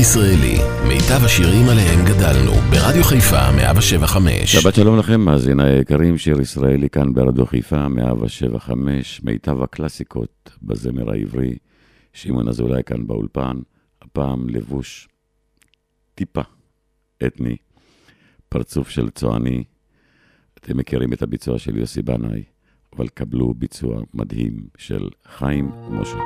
הישראלי, מיטב השירים עליהם גדלנו, ברדיו חיפה 107.5. שבת שלום לכם, מאזיני היקרים, שיר ישראלי כאן ברדיו חיפה 107.5, מיטב הקלאסיקות בזמר העברי. שמעון אזולאי כאן באולפן, הפעם לבוש טיפה אתני, פרצוף של צועני. אתם מכירים את הביצוע של יוסי בנאי, אבל קבלו ביצוע מדהים של חיים משה.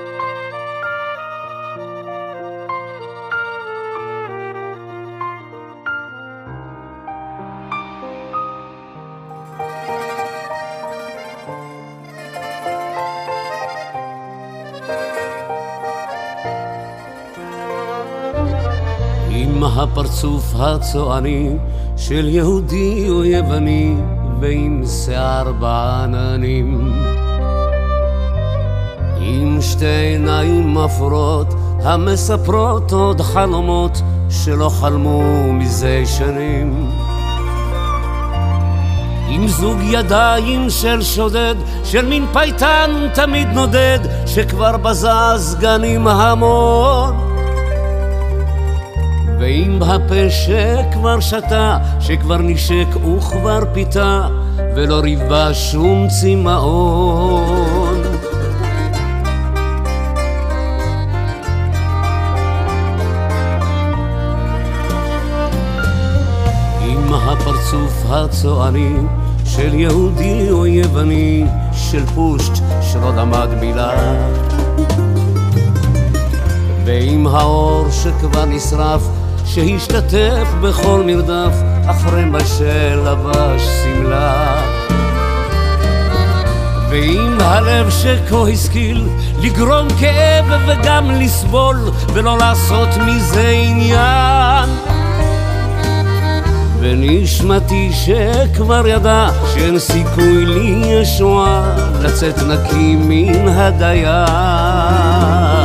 עם הפרצוף הצועני של יהודי או יווני ועם שיער בעננים, עם שתי עיניים אפורות המספרות עוד חלומות שלא חלמו מזה שנים, עם זוג ידיים של שודד, של מין פייטן תמיד נודד שכבר בזז גנים המון, ועם הפה שכבר שתה, שכבר נשק וכבר פיתה, ולא ריבה שום צמאון. עם הפרצוף הצועני של יהודי או יווני, של פושט שלא למד מילה, ועם האור שכבר נשרף, שהשתתף בכל מרדף אחרי מה שלבש סמלה, ועם הלב שכה השכיל לגרום כאב וגם לסבול ולא לעשות מזה עניין, ונשמתי שכבר ידע שאין סיכוי לי ישועה לצאת נקי מן הדיין.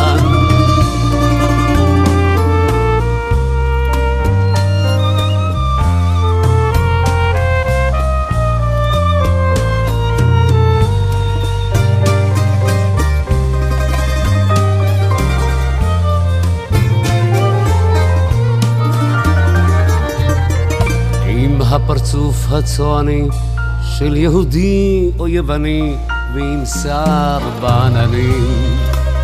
הפרצוף הצועני של יהודי או יווני ועם שיער בעננים,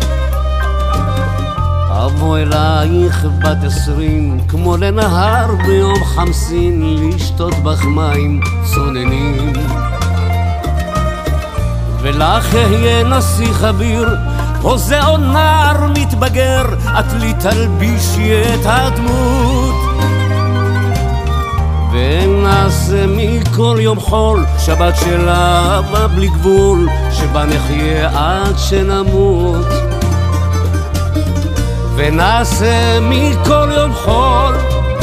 אבוא אלייך בת 20 כמו לנהר ביום חמסין, לשתות בך מים צוננים, ולך אהיה נסיך אביר או זהו נער מתבגר, את לי תלבישי את הדמות, ונעשה מכל יום חול שבת של אהבה בלי גבול, שבה נחיה עד שנמות. ונעשה מכל יום חול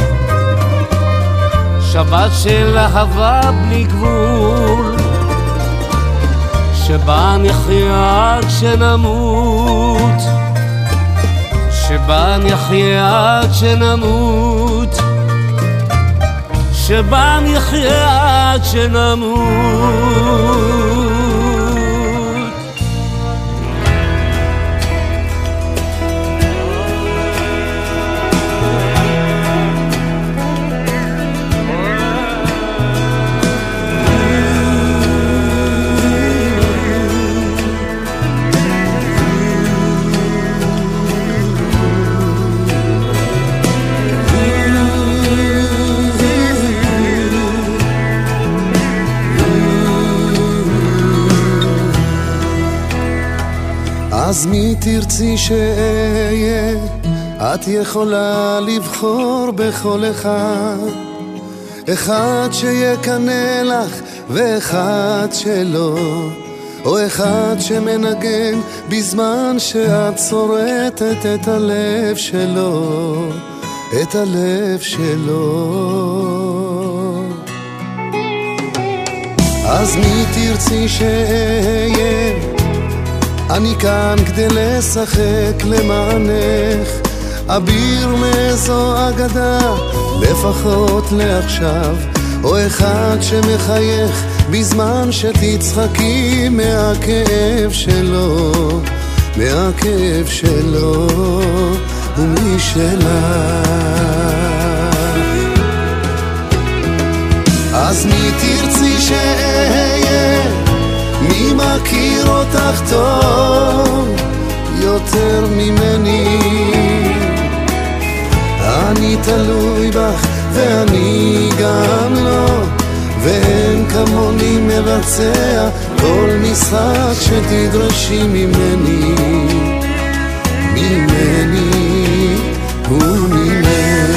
שבת של אהבה בלי גבול, שבה נחיה עד שנמות, שבה נחיה עד שנמות, שבה נחיה עד שנמות. אז מי תרצי שאהיה, את יכולה לבחור בכל אחד, אחד שיקנה לך ואחד שלא, או אחד שמנגן בזמן שאת שורטת את הלב שלו, את הלב שלו. אז מי תרצי שאהיה, אני כאן כדי לשחק למענך, אביר מאיזו אגדה, לפחות לעכשיו, או אחד שמחייך בזמן שתצחקי מהכאב שלו, מהכאב שלו. ומי שלך. אז מי תרצי שאהיה, מי מכיר אותך טוב יותר ממני? אני תלוי בך ואני גם לא, ואין כמוני מבצע כל משחק שתדרשי ממני, ממני וממך.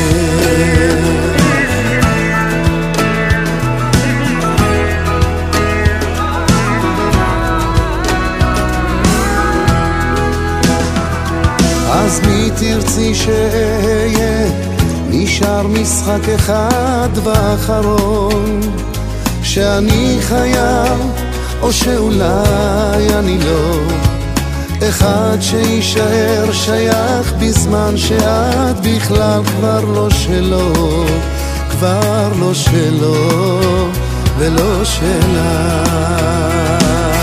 אז מי תרצי שאהיה, נשאר משחק אחד ואחרון, שאני חייב או שאולי אני לא, אחד שישאר שייך בזמן שאת בכלל כבר לא שלו, כבר לא שלו ולא שלך.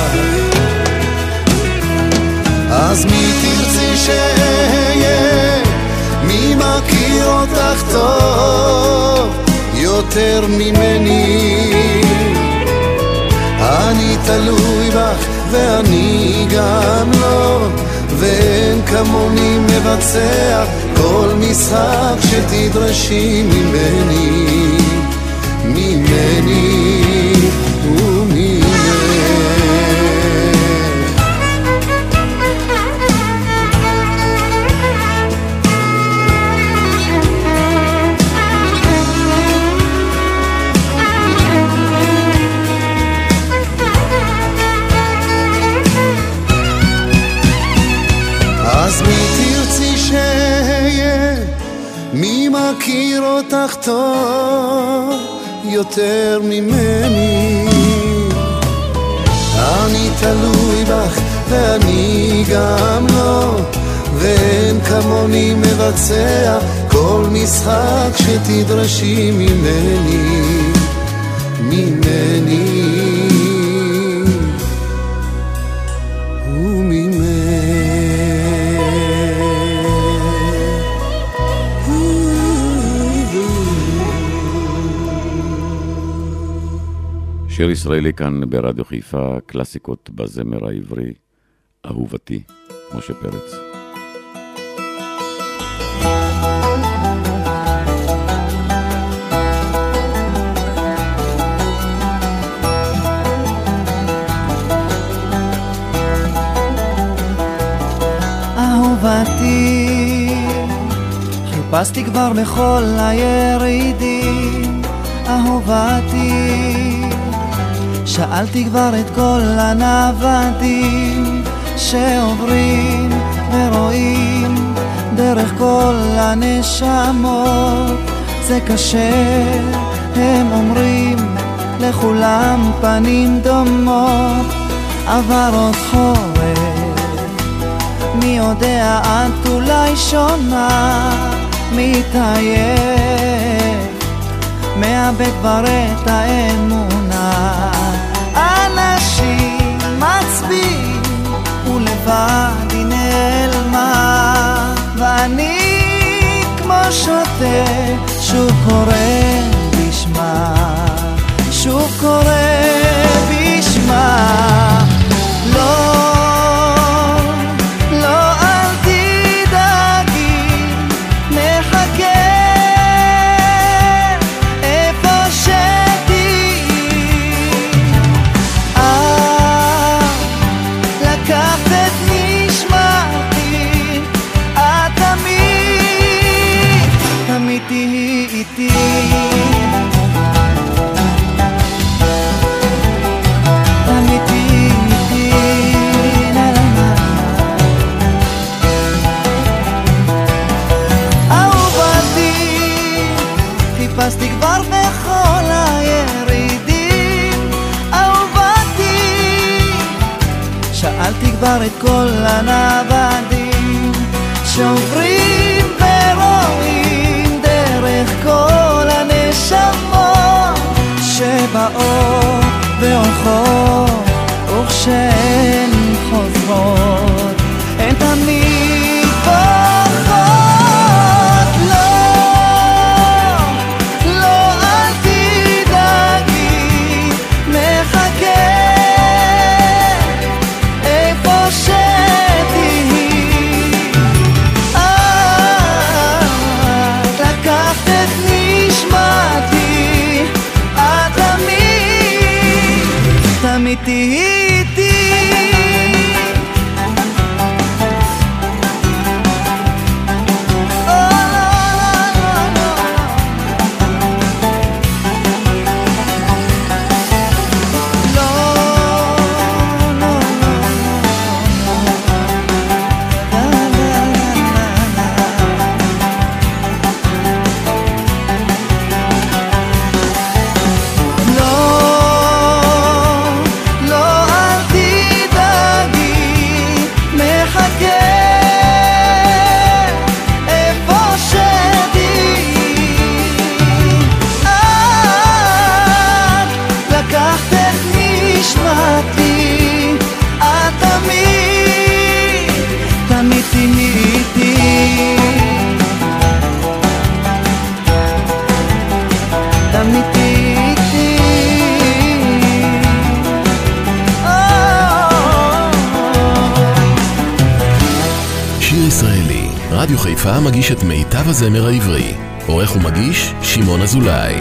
אז מי תרצי שאהיה, מי מכיר אותך טוב יותר ממני? אני תלוי בך ואני גם לא, ואין כמוני מבצע כל משחק שתדרשי ממני, ממני וממך. אז מי תרצי שאהיה, מי מכיר אותך טוב יותר ממני? אני תלוי בך ואני גם לא, ואין כמוני מבצע כל משחק שתדרשי ממני, ממני וממך. שיר ישראלי כאן ברדיו חיפה, קלאסיקות בזמר העברי, אהובתי, משה פרץ. אהובתי, חיפשתי כבר בכל הירידים, אהובתי, שאלתי כבר את כל הנוודים שעוברים ורואים דרך כל הנשמות. זה קשה, הם אומרים, לכולם פנים דומות. עבר עוד חורף, מי יודע, את אולי שונה, מתעייף, מאבד כבר את האמונה. אנשים מצביעים ולבד היא נעלמה, ואני כמו שוטה שוב קורא בשמה, שוב קורא בשמה. לא, לא, אל תדאגי, נחכה חיפשתי כבר בכל הירידים, אהובתי, שאלתי כבר את כל הנוודים שעוברים ורואים דרך כל הנשמות שבאות והולכות, וכשהן חוזרות הן תמיד בוכות. איתי. רדיו חיפה מגיש את מיטב הזמר העברי. עורך ומגיש שמעון אזולאי.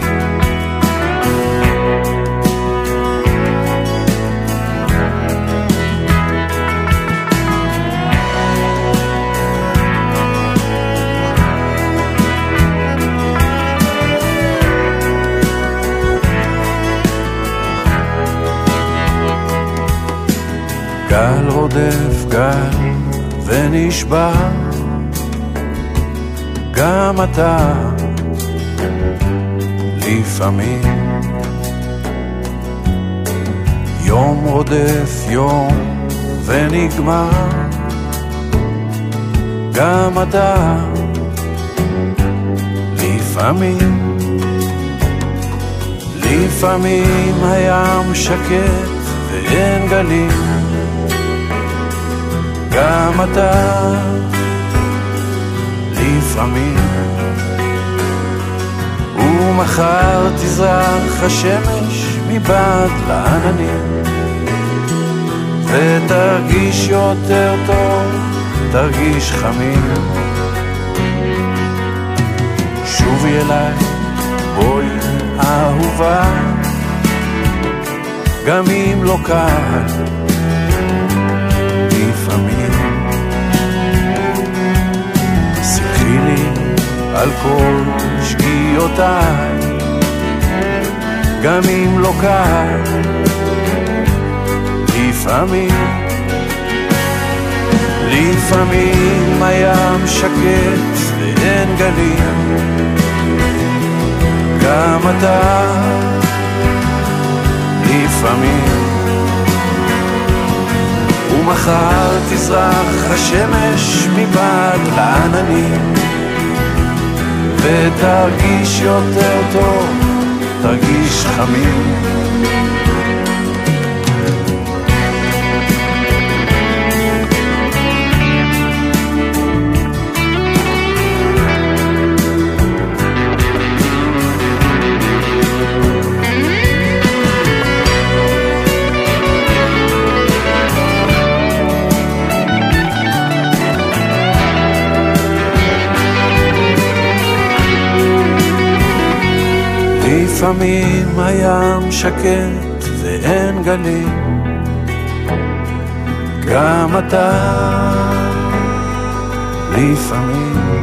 גל רודף גל ונשבע, גם אתה לפעמים. יום רודף יום ונגמר, גם אתה לפעמים. לפעמים הים שקט ואין גלים, גם אתה לפעמים. ומחר תזרח השמש מבעד לעננים, ותרגיש יותר טוב, תרגיש חמים. שובי אליי בואי אהובה, גם אם לא קל לפעמים. סלחי לי על כל שגיאותיי, גם אם לא קל לפעמים. לפעמים הים שקט ואין גלים, גם אתה לפעמים. ומחר תזרח השמש מבעד לעננים, ותרגיש יותר טוב, תרגיש חמים. לפעמים הים שקט ואין גלים, גם אתה לפעמים.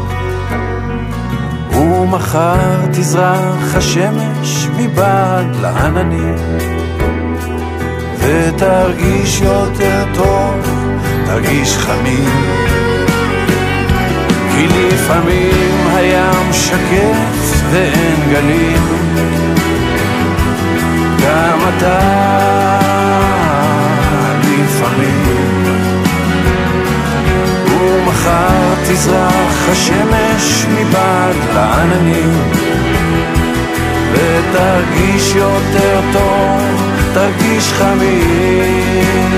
ומחר תזרח השמש מבעד לעננים, ותרגיש יותר טוב, תרגיש חמים. כי לפעמים הים שקט ואין גלים, גם אתה לפעמים. ומחר תזרח השמש מבעד לעננים, ותרגיש יותר טוב, תרגיש חמים.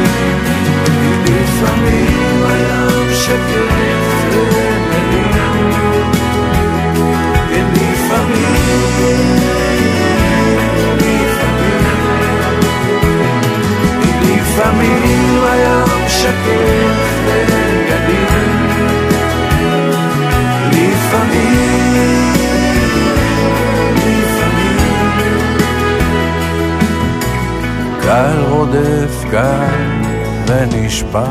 לפעמים הים שקט ואין גלים, לפעמים הים שקט ואין גלים, לפעמים. גל רודף נפגע ונשבר.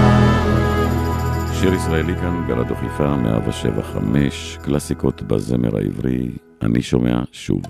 שיר ישראלי כאן ברדיו חיפה 107.5, קלאסיקות בזמר העברי, אני שומע שוב.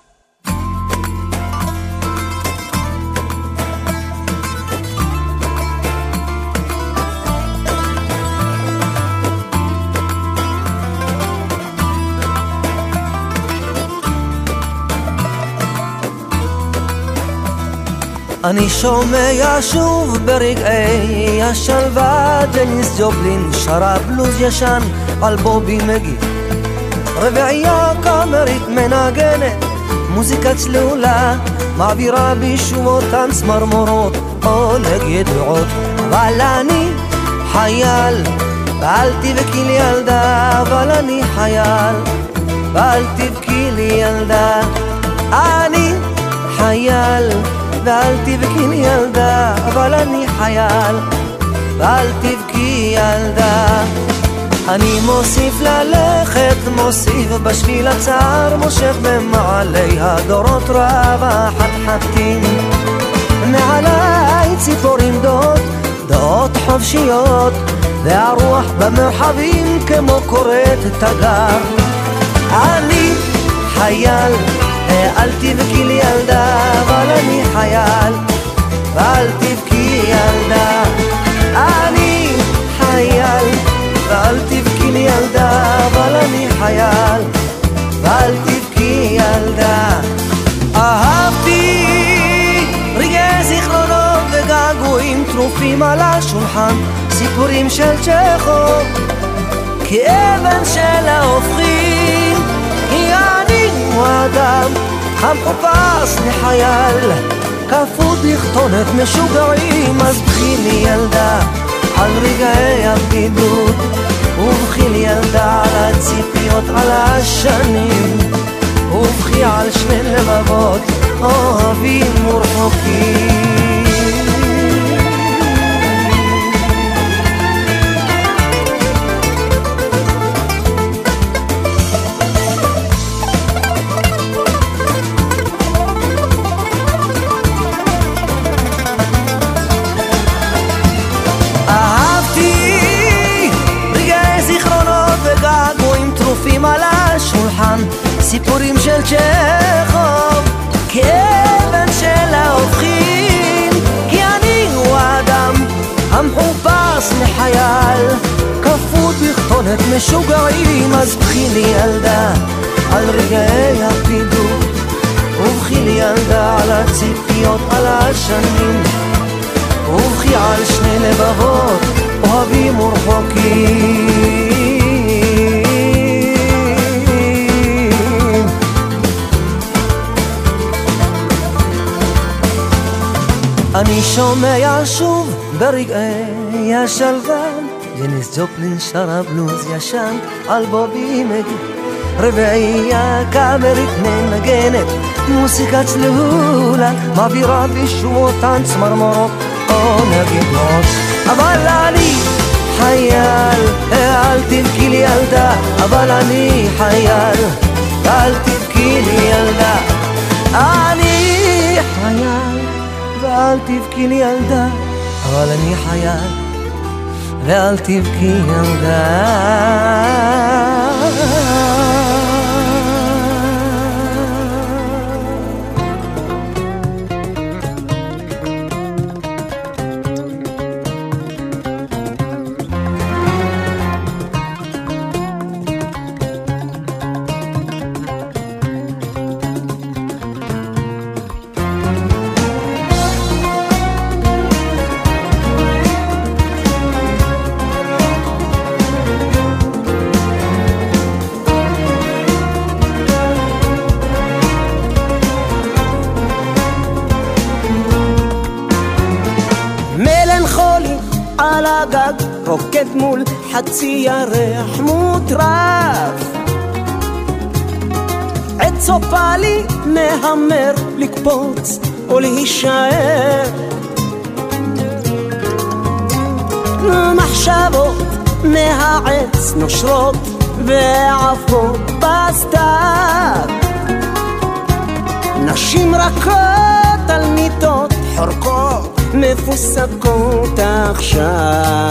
אני שומע שוב ברגעי השלווה ג'ניס ג'ופלין שרה בלוז ישן על בובי מגי, רביעייה קאמרית מנגנת מוזיקה צלולה מעבירה בישובותן צמרמורות עונג ידועות. אבל אני חייל ואל תבכי לי ילדה, אבל אני חייל ואל תבכי לי ילדה. אני חייל ואל תבכי לי ילדה, אבל אני חייל ואל תבכי ילדה. אני מוסיף ללכת, מוסיף בשביל הצער, מושך במעלי הדורות רב החתחתים. מעליי ציפורים דעות, דעות חופשיות, והרוח במרחבים כמו קוראת תגר. אני חייל ואל תבכי לי ילדה, אבל אני חייל ואל תבכי ילדה. אני חייל ואל תבכי לי ילדה, אבל אני חייל ואל תבכי ילדה. אהבתי רגעי זיכרונות וגעגועים טרופים על השולחן, סיפורים של צ'כוב כאבן של ההופכים. כי אני הוא אדם המחופש לחייל, כפות בכתונת משוגעים. אז בכי לי ילדה על רגעי הבדידות, ובכי לי ילדה על הציפיות, על השנים, ובכי על שני לבבות אוהבים ורחוקים. על השולחן סיפורים של צ'כוב כאבן של ההופכים. כי אני הוא האדם המחופש לחייל, כפות בכתונת משוגעים. אז בכי לי ילדה על רגעי הבדידות, ובכי לי ילדה על הציפיות, על השנים, ובכי על שני לבבות אוהבים ורחוקים. אני שומע שוב ברגעי השלווה ג'ניס ג'ופלין שרה בלוז ישן על בובי מגי, רביעייה קאמרית מנגנת מוזיקה צלולה מעבירה בישובותן צמרמורות עונג ידועות. אבל אני חייל אל תבכי לי ילדה, אבל אני חייל אל תבכי לי ילדה. אני חייל ואל תבכי לי ילדה, אבל אני חייל ואל תבכי ילדה. על הגג רוקד מול חצי ירח מוטרף, עת סופה לי מהמר לקפוץ או להישאר. מחשבות מהעץ נושרות ועפות בסתיו, נשים רכות על מיטות חורקות מפוסקות עכשיו,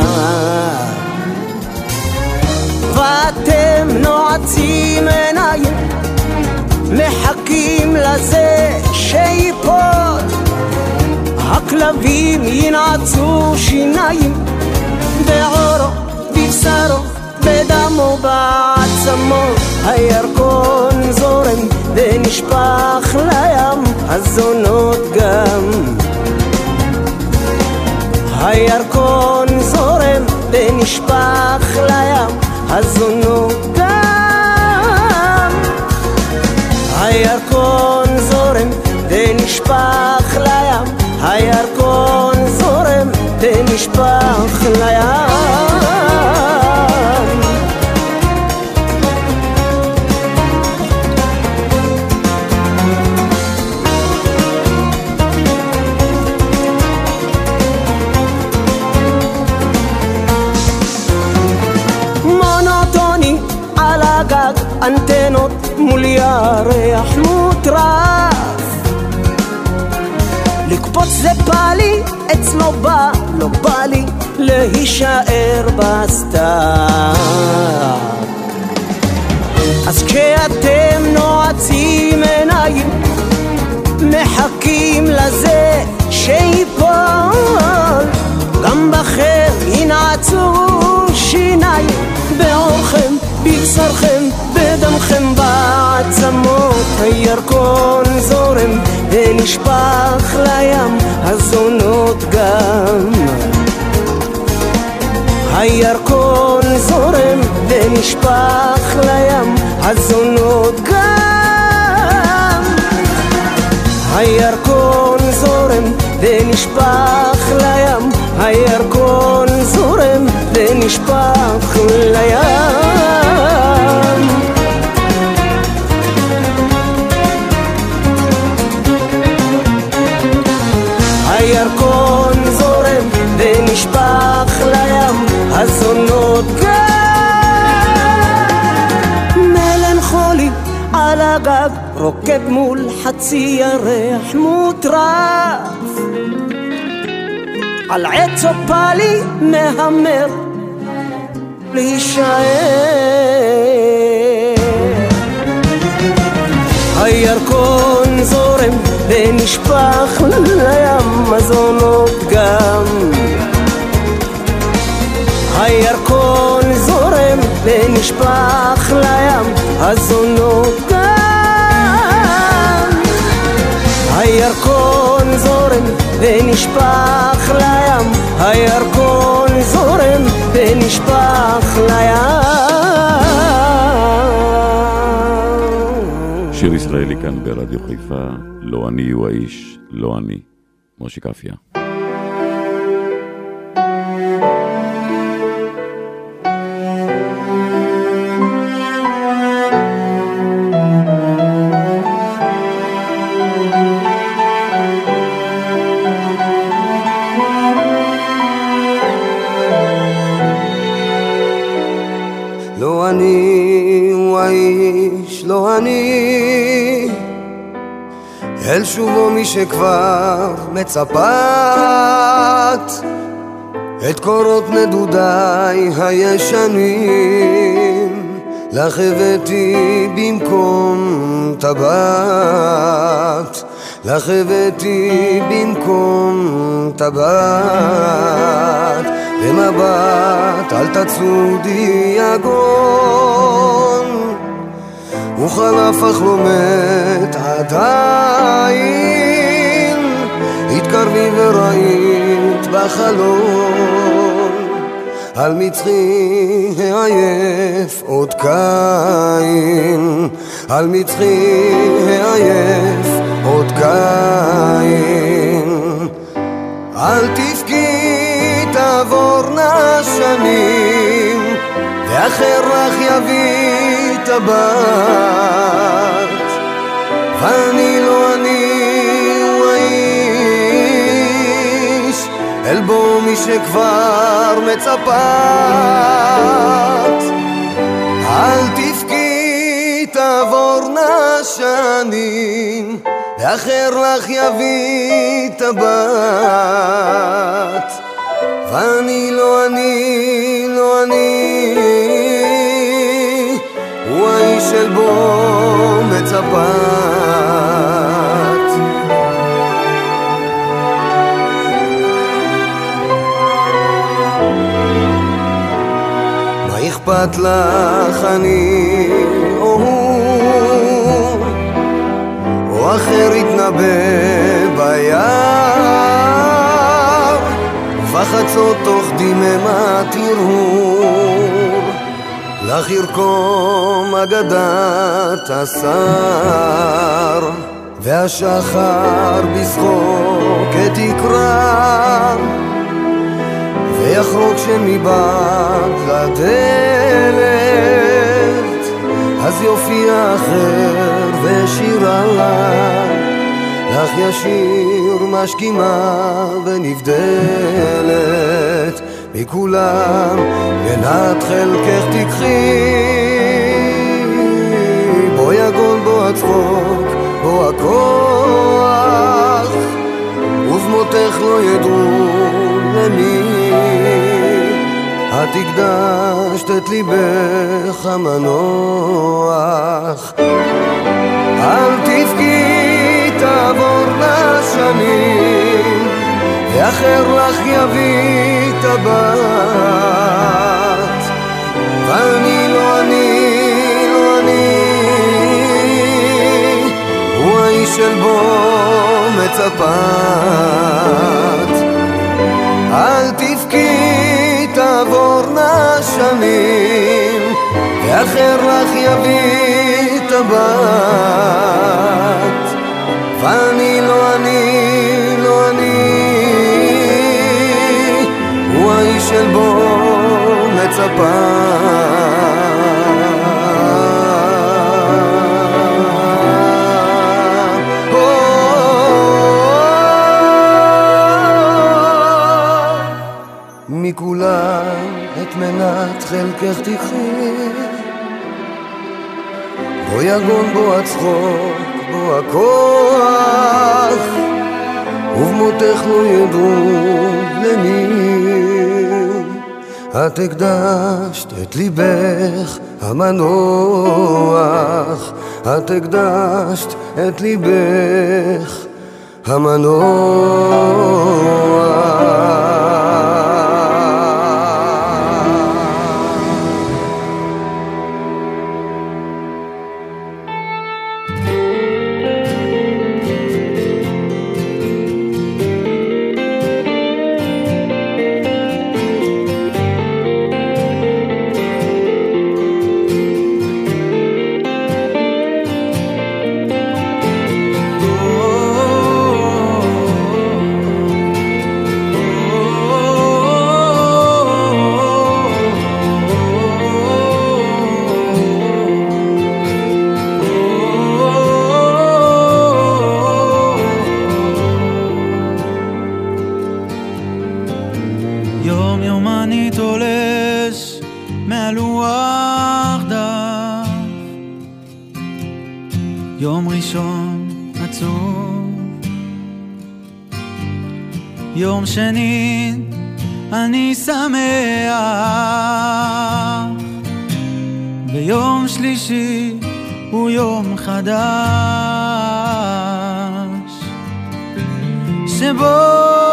ואתם נועצים עיניים מחכים לזה שיפול, הכלבים ינעצו שיניים בעורו, בבשרו, בדמו, בעצמות, הירקון זורם ונשפך לים, הזונות גם. הירקון זורם ונשפך לים, הזונות גם. הירקון זורם ונשפך לים, הירקון זורם ונשפך לים. גג אנטנות מול ירח מוטרף, לקפוץ זה בא לי, אצלו בא, לא בא לי להישאר בסתיו. אז כשאתם נועצים עיניים מחכים לזה שיפול, גם בכם ינעצו שיניים בעורכם, בבשרכם, בדמכם, בעצמות, הירקון זורם ונשפך לים, הזונות גם. הירקון זורם ונשפך לים, הזונות גם. הירקון זורם ונשפך לים, הירקון זורם ונשפך לים. הירקון זורם ונשפך לים, הזונות גם. מלנכולי על הגג רוקד מול חצי ירח מוטרף, על עץ אופלי מהמר להישאר. הירקון זורם ונשפך לים, הזונות גם. הירקון זורם ונשפך לים, הזונות גם. הירקון זורם ונשפך לים, הירקון זורם ונשפך לים. שיר ישראלי כאן ברדיו חיפה, לא אני הוא האיש, לא אני, משה קפיה. לא אני הוא האיש, לא אני, אל שובו מי שכבר מצפת, את קורות נדודיי הישנים לך הבאתי במקום טבעת, לך הבאתי במקום טבעת. במבט אל תצודי יגון, וחלף אך לא מת עדיין, התקרבי וראית בחלום, על מצחי העייף עוד קין, על מצחי העייף עוד קין. אל תבכי תעבורנה שנים, ואחר לך יביא טבעת, ואני לא אני הוא האיש, אל בו מי שכבר מצפת. אל תבכי תעבורנה שנים, ואחר לך יביא טבעת, ואני לא אני, לא אני, הוא האיש של בו מצפת. מה אכפת לך אני או הוא, או אחר יתנבא ביער, ובחצות תוך דממת הרהור, לך ירקום אגדת השר, והשחר בשחוק את יקרא, ויחרוק שמבעד לדלת, אז יופיע אחר ושירה לך ישיר משכימה ונבדלת מכולם, מנת חלקך תקחי, בו יגון בו הצחוק בו הכוח, ובמותך לא ידעו למי את הקדשת את ליבך המנוח. אל תבכי תעבורנה שנים, ואחר לך יביא טבעת, ואני לא אני, לא אני, הוא האיש של בו מצפת. אל תבכי תעבורנה שנים, ואחר לך יביא טבעת, ואני לא אני, לא אני, הוא האיש של בו מצפת. מכולם את מנת חלקך תקחי, בו יגון בו הצחוק בו הכוח, ובמותך לא ידעו למי את הקדשת את ליבך המנוח, את הקדשת את ליבך המנוח. יום ראשון עצוב, יום שני אני שמח, ויום שלישי הוא יום חדש, שבו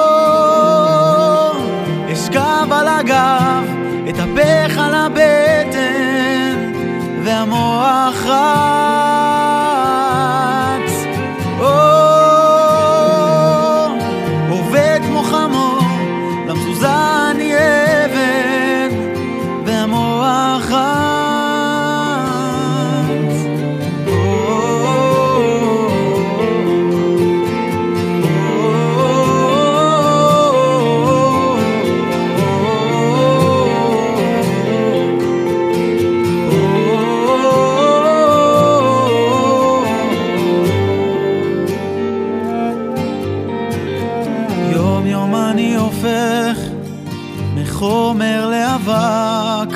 אשכב על הגב, אתהפך על הבטן, והמוח רץ, עובד כמו חמור, למזוזה אני אבן, והמוח רץ. חומר לאבק,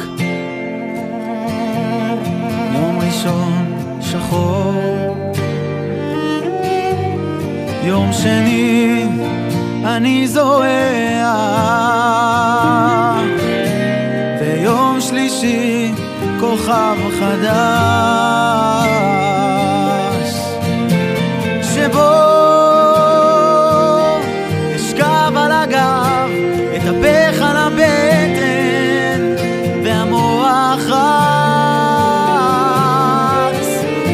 יום ראשון שחור, יום שני אני זורע, ויום שלישי כוכב חדש, שבו אשכב על הגב, אתהפך על הבטן, והמוח רץ,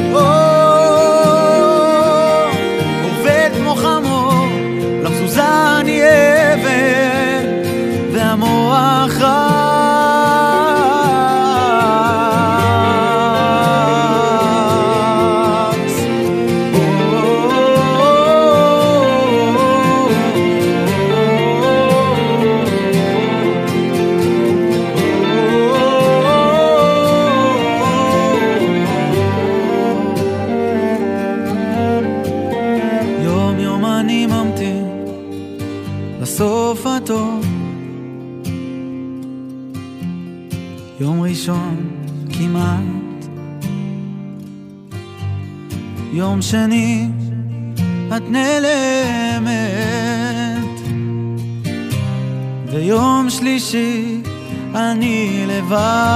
עובד כמו חמור, למזוזה אני אבן, והמוח רץ. יום ראשון כמעט, יום שני את נעלמת, ויום שלישי אני לבד,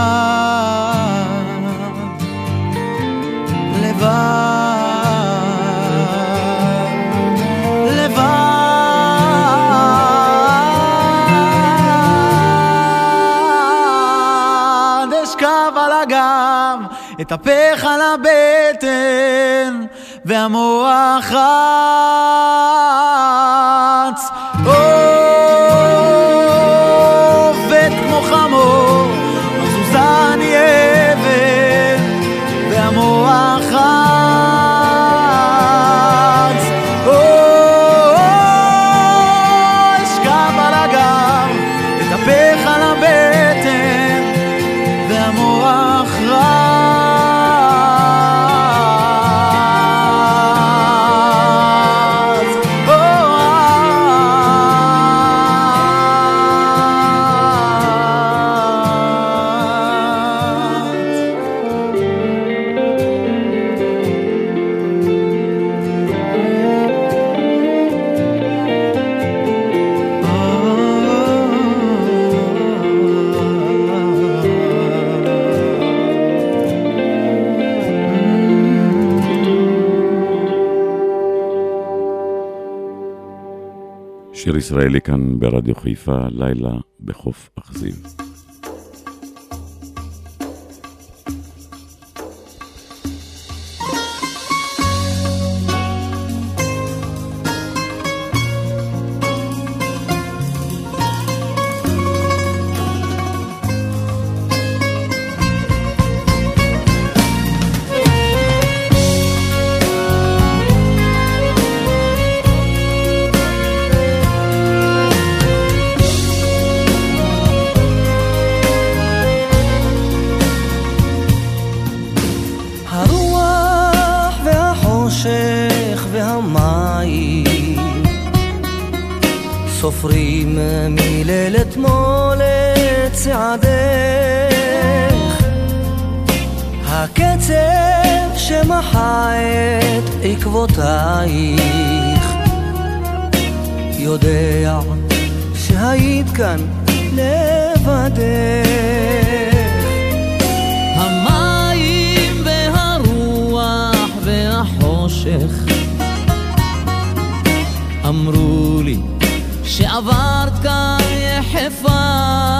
אשכב על הגב, אתהפך על הבטן, והמוח רץ, עובד כמו חמור, מזוזה אני אבן, והמוח רץ, אשכב על הגב, אתהפך על הבטן, והמוח רץ. שיר ישראלי כאן ברדיו חיפה, לילה בחוף אכזיב. סופרים מליל אתמול את צעדך, הקצב שמחה את עקבותייך, יודע שהיית כאן לבדך. המים והרוח והחושך אמרו לי שעברת כאן יחפה,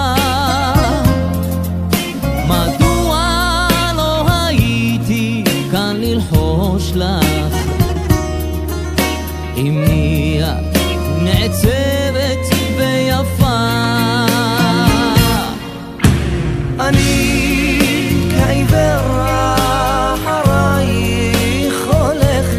מדוע לא הייתי כאן ללחוש לך, אמי את נעצבת ויפה. אני כעיוור אחרייך הולך,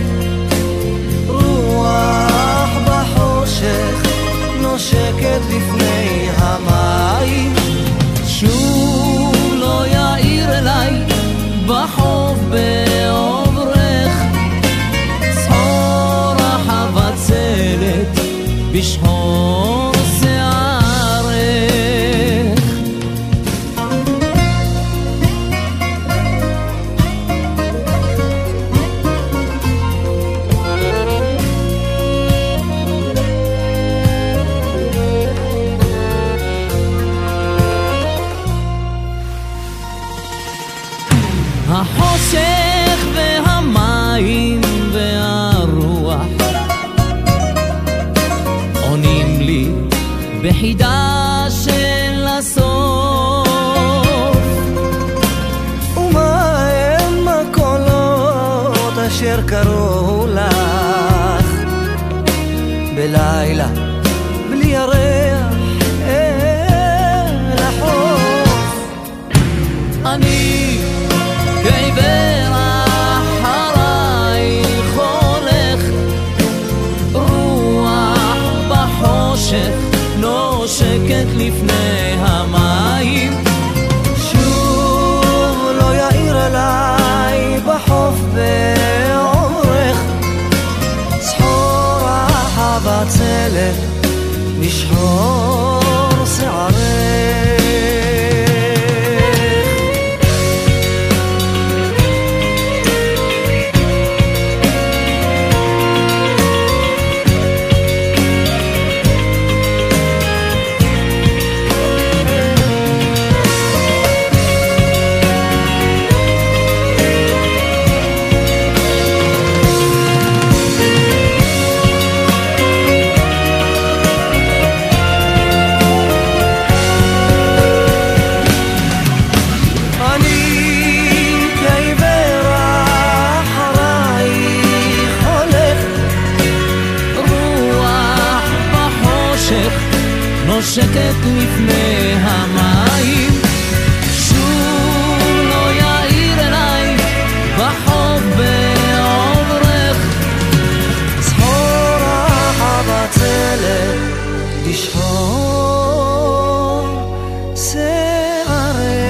רוח בחושך נושקת לפני המים, שוב לא יאיר אליי בחוף בעוברך, צחור החבצלת בשחור שערך. אשר קראו לך בלילה בלי ירח אל החוף. אני כעיוור אחרייך הולך, רוח בחושך נושקת לפני המים. שוב לא יאיר אליי בחוף בעומרך, סחור החבצלת לשחור שערך. נושקת לפני המים. שוב לא יאיר אליי בחוף בעוברך, סחור החבצלת לשחור שערך.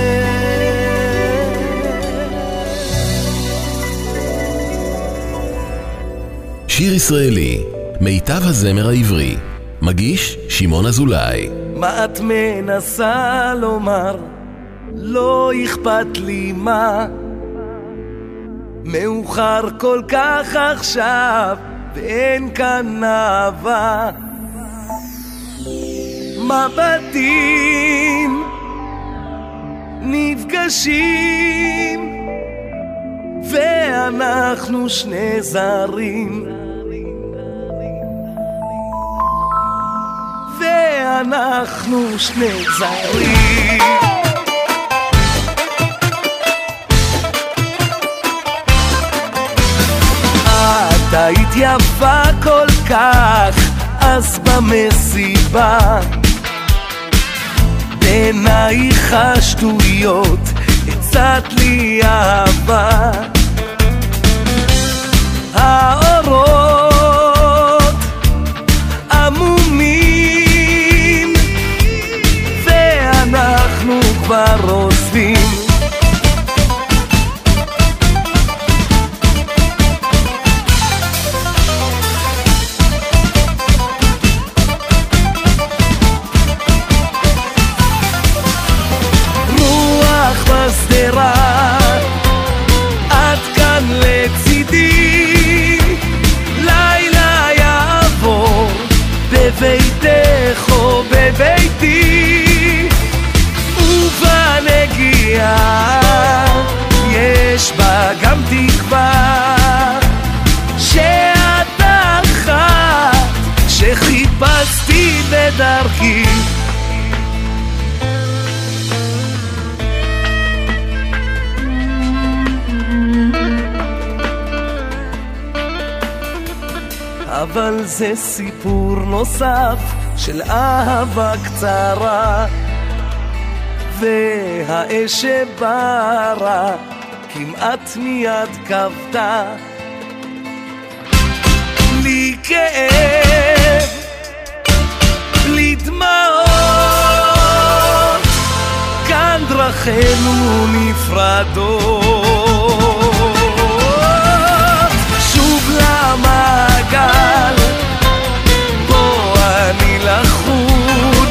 שיר ישראלי, מיטב הזמר העברי. מגיש שמעון אזולאי. מה את מנסה לומר? לא אכפת לי מה, מאוחר כל כך עכשיו ואין כאן אהבה. מבטים נפגשים ואנחנו שני זרים, ואנחנו שני זרים. את היית יפה כל כך אז במסיבה, בעינייך השטויות הצעת לי אהבה. האורות עמומים ואנחנו כבר עוזבים. רוח בסדרה, את כאן לצידי, לילה יעבור בביתך או בביתי, ובנגיעה יש בה גם תקווה שאת אחת שחיפשתי בדרכי. אבל זה סיפור נוסף של אהבה קצרה, והאש שברה כמעט מיד כבתה. בלי כאב, בלי דמעות, כאן דרכינו נפרדות. שוב למעגל בו אני לחוד,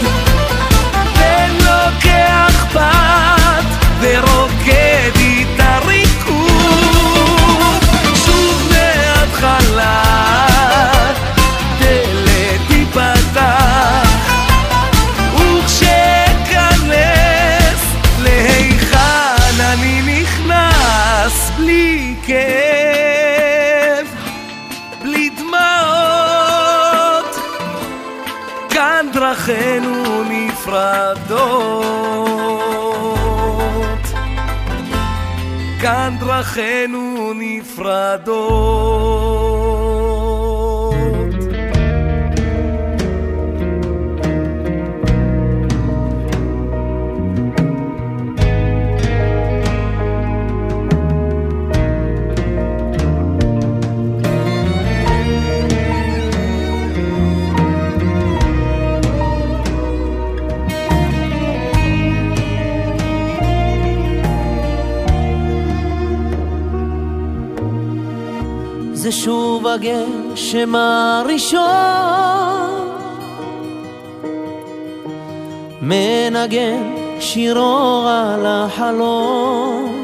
ולוקח בת ורוקד איתה ריקוד. שוב מההתחלה דלת תיפתח, וכשכנס להיכן אני נכנס. בלי כאב, בלי דמעות, כאן דרכינו נפרדות, כאן דרכינו נפרדות. זה שוב הגשם הראשון מנגן שירו על החלום,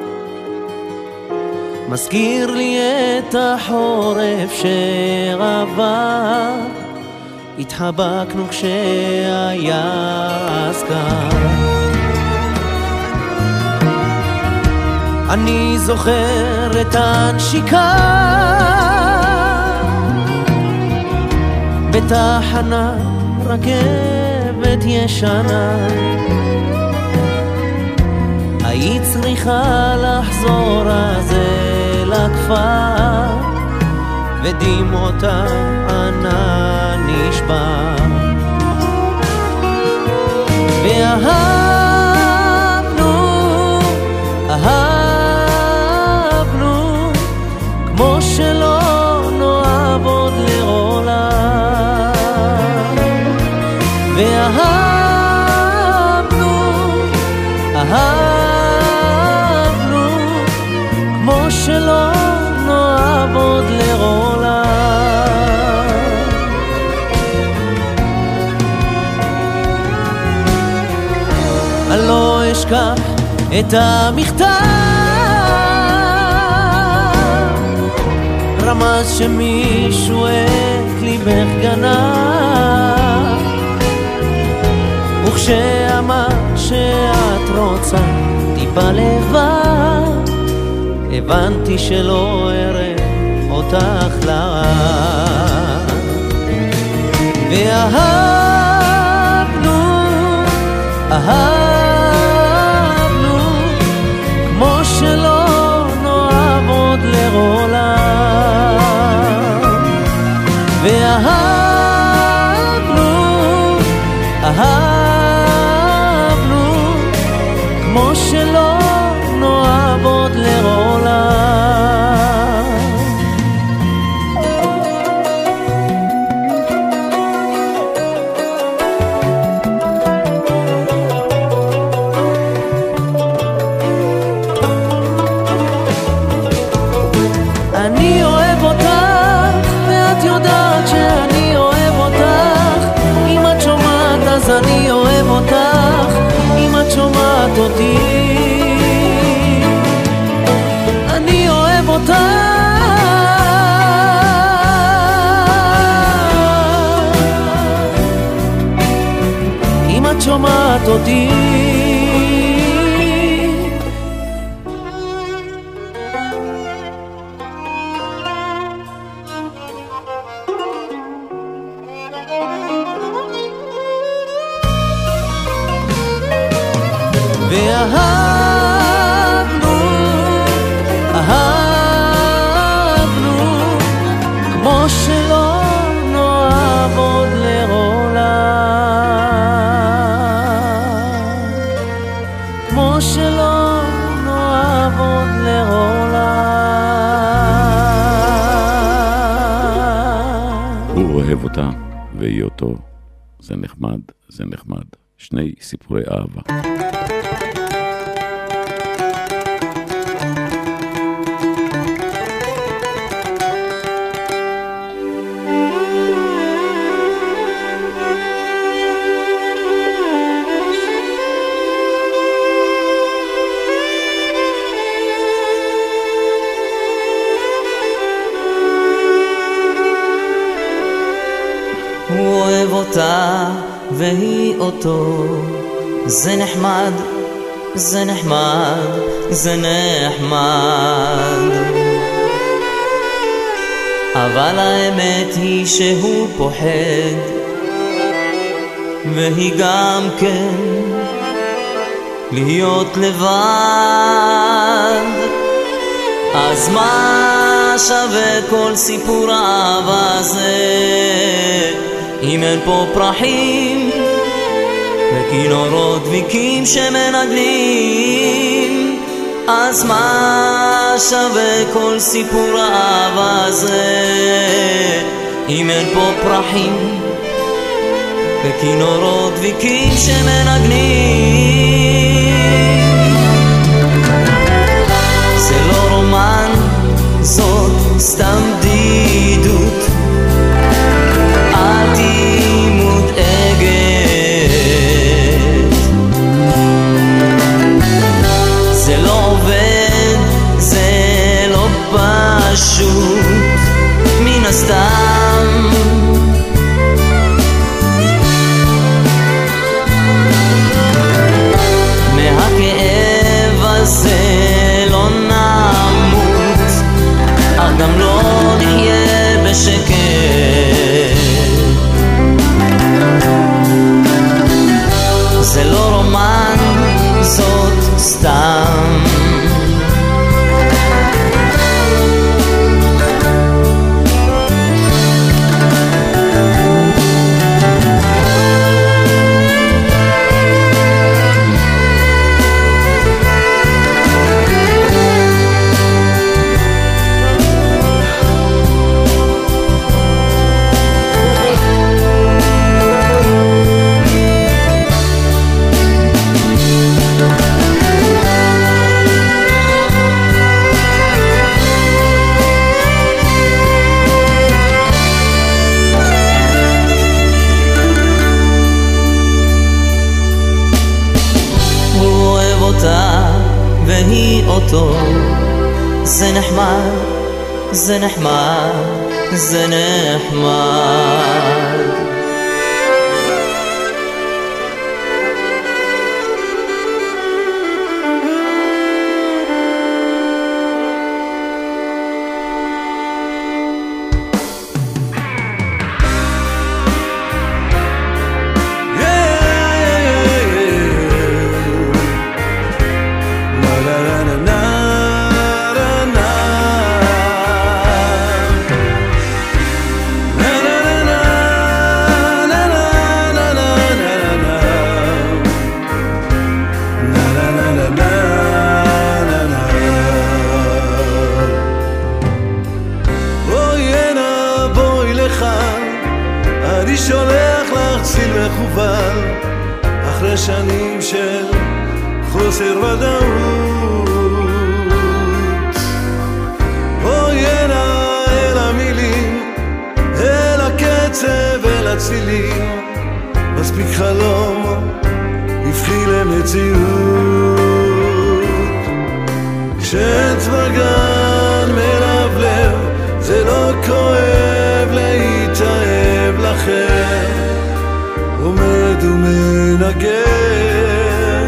מזכיר לי את החורף שעבר, התחבקנו כשהיה אזכר. אני זוכר את הנשיקה בתחנה רכבת ישנה, היית צריכה לחזור אז אל הכפר, ודמעותיי ענן נשבר. ואהבנו כמו שלא נאהב עוד לעולם, אהבנו כמו שלא נאהב עוד לעולם. אני לא אשכח את המכתב, רמז שמישהו את ליבך גנב, וכשאמר שאת רוצה טיפה לבד, הבנתי שלא אראה אותך לרע. ואהבנו כמו שלא נאהב עוד לעולם, אהבנו כמו שלא נאהב עוד לעולם. אני אוהב אותך ואת יודעת שאני אוהב אותך, אם את שומעת אז אני אוהב אותך, אם את שומעת אותי אני אוהב אותך. אם את שומעת אותי אהבנו כמו שלא נאהב עוד לעולם, כמו שלא נאהב עוד לעולם. הוא אוהב אותה והיא אותו, זה נחמד, זה נחמד. שני סיפורי אהבה. הוא אוהב אותה והיא אותו, זה נחמד, זה נחמד, זה נחמד. אבל האמת היא שהוא פוחד, והיא גם כן להיות לבד. אז מה שווה כל סיפור האהבה הזה אם אין פה פרחים וכינורות דביקים שמנגנים? אז מה שווה כל סיפור האהבה הזה אם אין פה פרחים וכינורות דביקים שמנגנים? זה לא רומן, זאת סתם בדידות, אל תהי מודאגת. זה לא עובד, זה לא פשוט, מן הסתם. מהכאב הזה לא נמות, אך גם לא נחיה בשקט. זה לא רומן, זאת סתם. והיא אותו, זה נחמד, זה נחמד, זה נחמד. אני שולח לך ציל מכוון אחרי שנים של חוסר ודאות. בואי הנה אל המילים, אל הקצב, אל הצילים, מספיק חלום יפחי למציאות. כשאצבע גן מלבלב זה לא כואב להתאהב לכם, עומד ומנגן.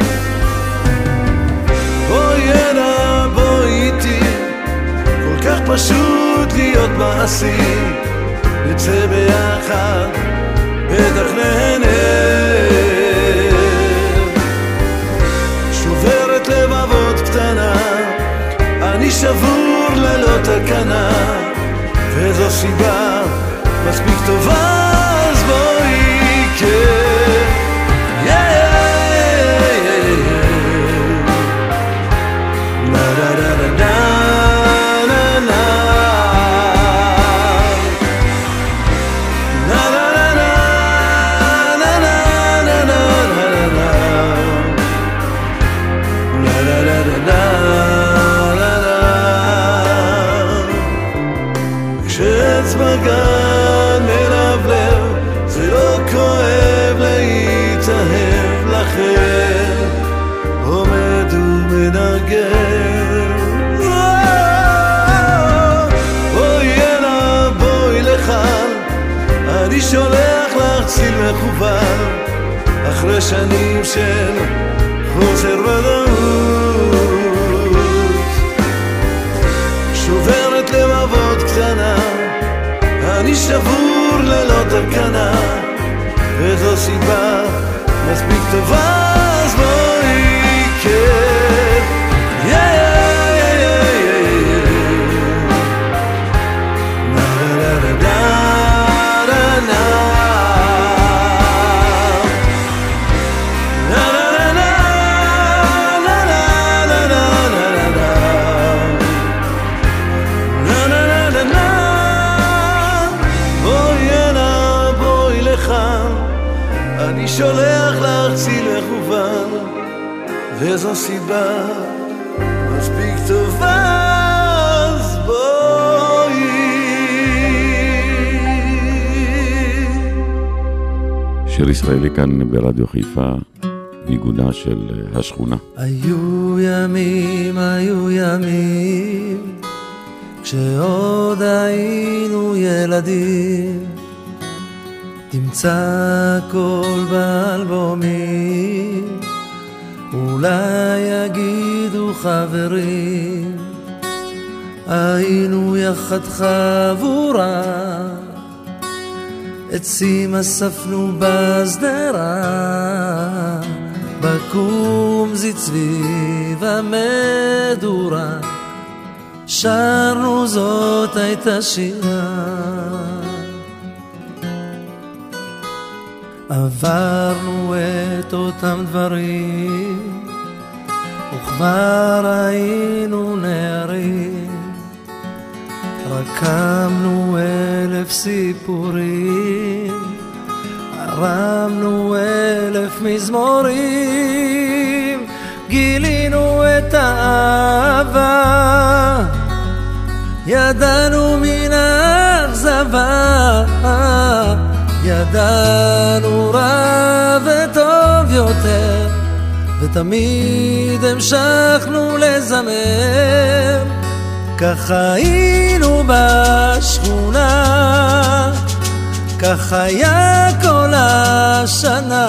בואי הנה בואי איתי, כל כך פשוט להיות מעשים, נצא ביחד בטח נהנה. שוברת לבבות קטנה, אני שבור ללא תקנה, וזו סיבה מספיק טובה, אז בואי כן. נה נה נה נה נה נה נה נה נה נה נה. כשאצבע גן מלבלב זה לא כואב להתאהב לכם, עומד ומנגן. בואי הנה בואי לכאן, אני שולח לך ציל מכוון אחרי שנים של חוסר ודאות. שוברת לבבות קטנה, אני שבור ללא תקנה, וזו סיבה מספיק טובה, אז בואי כן. שולח לך ציל מכוון, וזו סיבה מספיק טובה, אז בואי. שיר ישראלי כאן ברדיו חיפה, ניגונה של השכונה. היו ימים כשעוד היינו ילדים, תמצא הכל באלבומים, אולי יגידו חברים, היינו יחד חבורה, עצים אספנו בסדרה, בקום סביב המדורה, שרנו זאת הייתה שירה. עברנו את אותם דברים, וכבר היינו נערים, רקמנו 1000 סיפורים, הרמנו 1000 מזמורים, גילינו את האהבה, ידענו מן האכזבה, ידענו רע וטוב יותר, ותמיד המשכנו לזמר. ככה היינו בשכונה, כך היה כל השנה,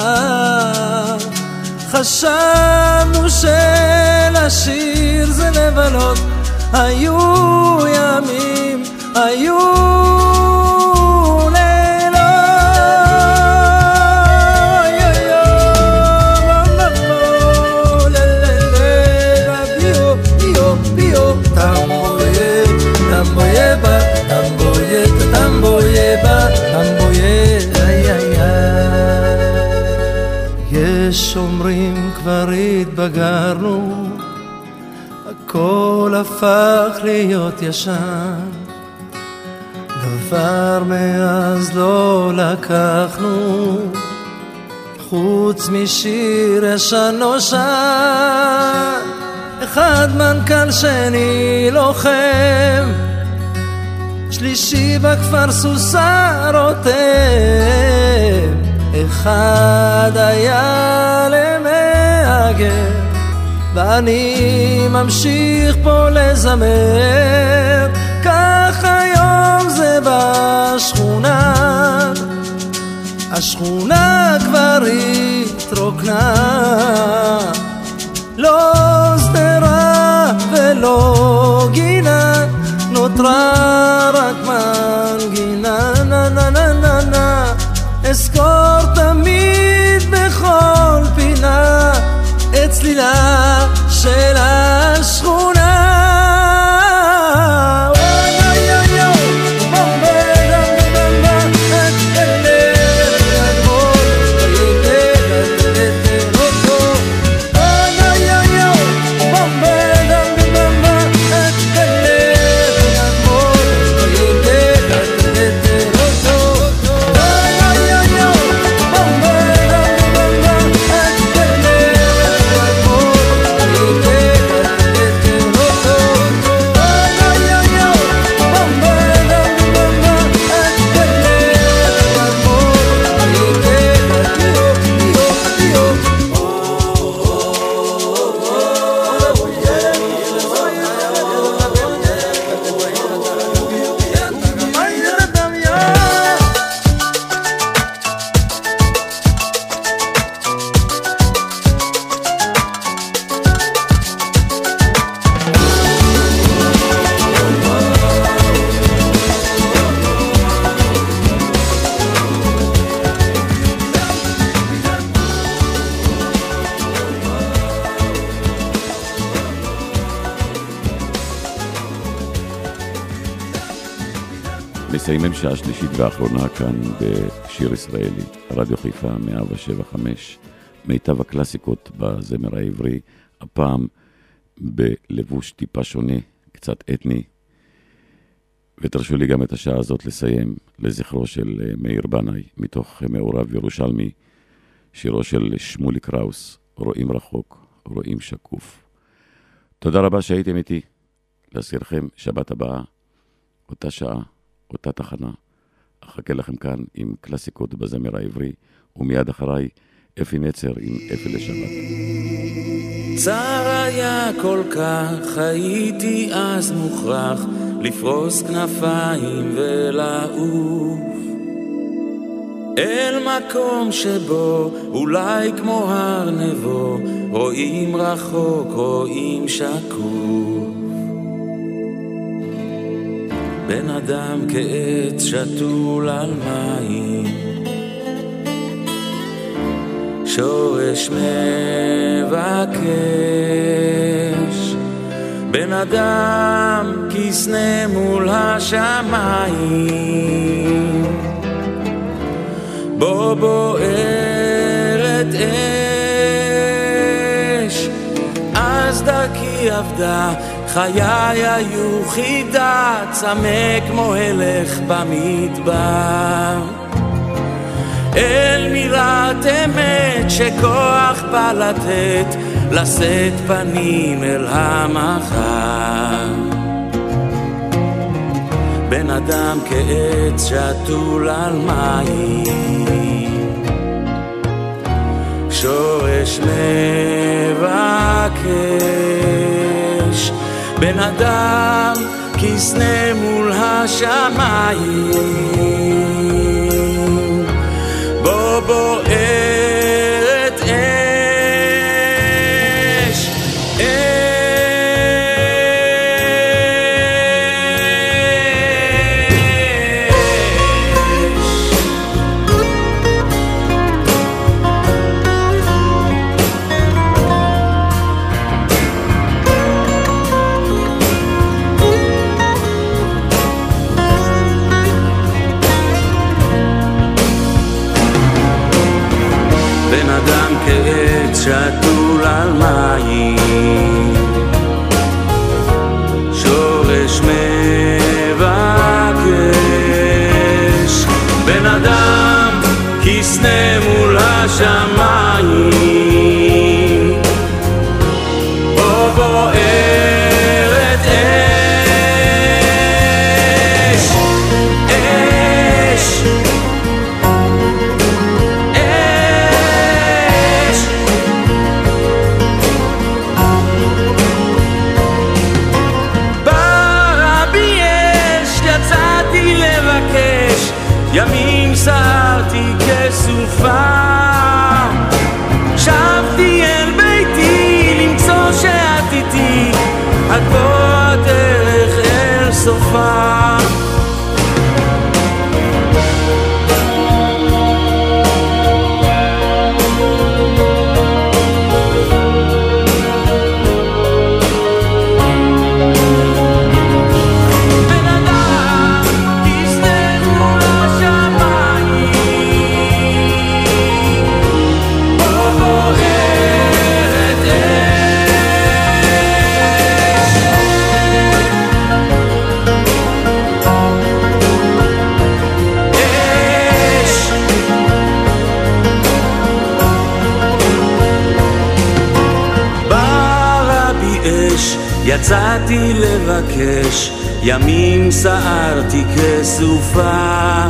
חשבנו שלשיר זה לבלות, היו ימים, היו יש אומרים כבר התבגרנו, הכל הפך להיות ישן, דבר מאז לא לקחנו, חוץ משיר ישן נושן, אחד מנכ"ל שני לוחם, שלישי בכפר סוסה רותם, אחד היה למאגר, ואני ממשיך פה לזמר. כך היום זה בשכונה, השכונה כבר התרוקנה, לא סדרה ולא גינה, נותרה רק מנגינה, נה נה נה נה נה, אזכור תמיד בכל פינה את צלילה של השכונה. מסיימים שעה שלישית ואחרונה כאן בשיר ישראלי, רדיו חיפה 107.5, מיטב הקלאסיקות בזמר העברי, הפעם בלבוש טיפה שונה, קצת אתני. ותרשו לי גם את השעה הזאת לסיים לזכרו של מאיר בנאי, מתוך מעורב ירושלמי, שירו של שמולי קראוס, רואים רחוק, רואים שקוף. תודה רבה שהייתם איתי. להזכירכם, שבת הבאה, אותה שעה, אותה תחנה. אחכה לכם כאן עם קלאסיקות בזמר העברי, ומיד אחריי אפי נצר עם אפי לשבת. צער היה כל כך, הייתי אז מוכרח לפרוס כנפיים ולעוף אל מקום שבו אולי כמו הר נבו רואים רחוק, רואים שקוף. בן אדם כעץ שתול על מים, שורש מבקש. בן אדם כסנה מול השמיים, בו בוערת אש. אז דרכי עבדה, חיי היו חידה, צמא כמו הלך במדבר. אל מירת אמת שכוח בא לתת, לשאת פנים אל המחר. בן אדם כעץ שתול על מים, שורש מבקש. בן אדם כסנה מול השמיים, בו בוערת אש, שתול על מים, שורש מבקש. בן אדם כסנה מול השמיים, בו בוערת אש, אש, ימים סערתי כסופה, שבתי אל ביתי למצוא שאת איתי, את בו הדרך אל סופה. יצאתי לבקש, ימים סערתי כסופה,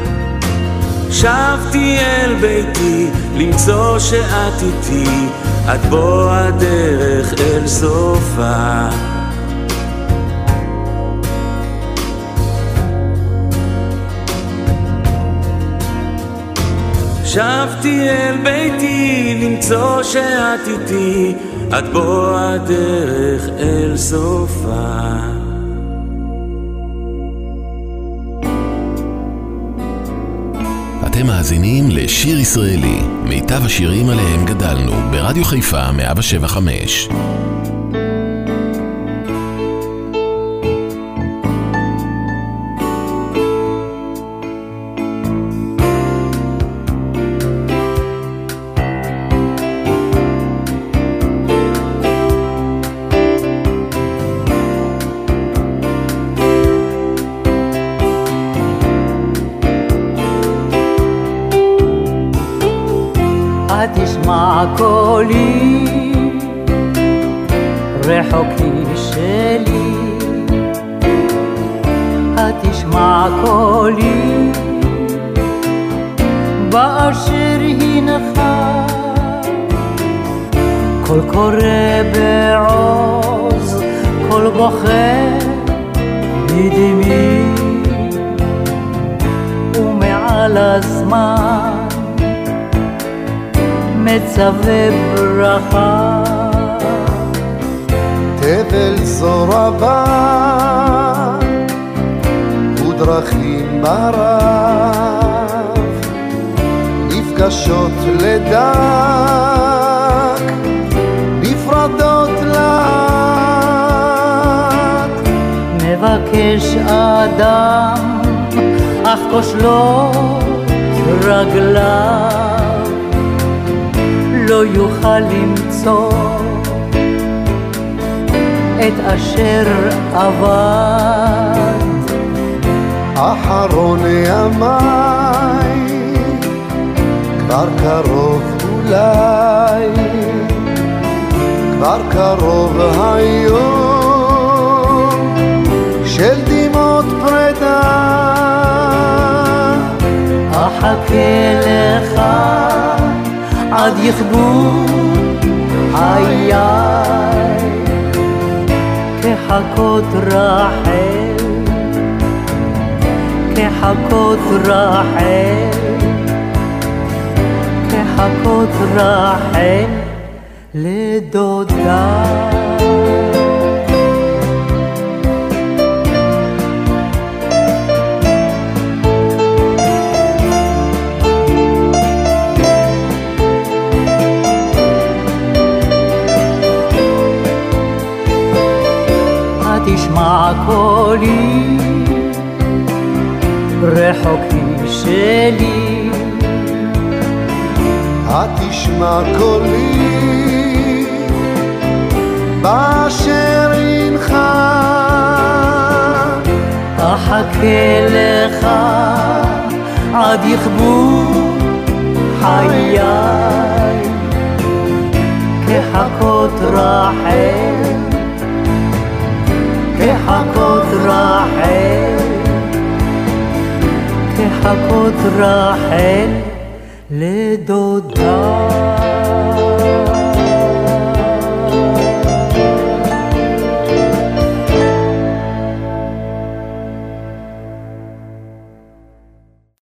שבתי אל ביתי למצוא שאת איתי, את בו הדרך אל סופה. שבתי אל ביתי למצוא שאת איתי, את בו הדרך אל סופה. אתם מאזינים לשיר ישראלי, מיטב השירים עליהם גדלנו, ברדיו חיפה 107.5. התשמע קולי, רחוקי שלי, התשמע קולי, באשר הנך, קול קורא בעוז, קול בוכה בדמי, ומעל הזמן מצווה ברכה. תבל זו רבה ודרכים ברב, נפגשות לדק, נפרדות לאט. מבקש אדם אך כושלות רגליו, לא יוכל למצוא את אשר עבד. אחרון ימי כבר קרוב אולי, כבר קרוב היום של דמעות פרידה. אחכה לך עד יכבו חיי, כחכות רחל, כחכות רחל, כחכות רחל לדודה. תשמע קולי, רחוקי שלי, התשמע קולי, באשר הנך, אחכה לך עד יכבו חיי, כחכות רחל, כחכות רחל, כחכות רחל לדודה.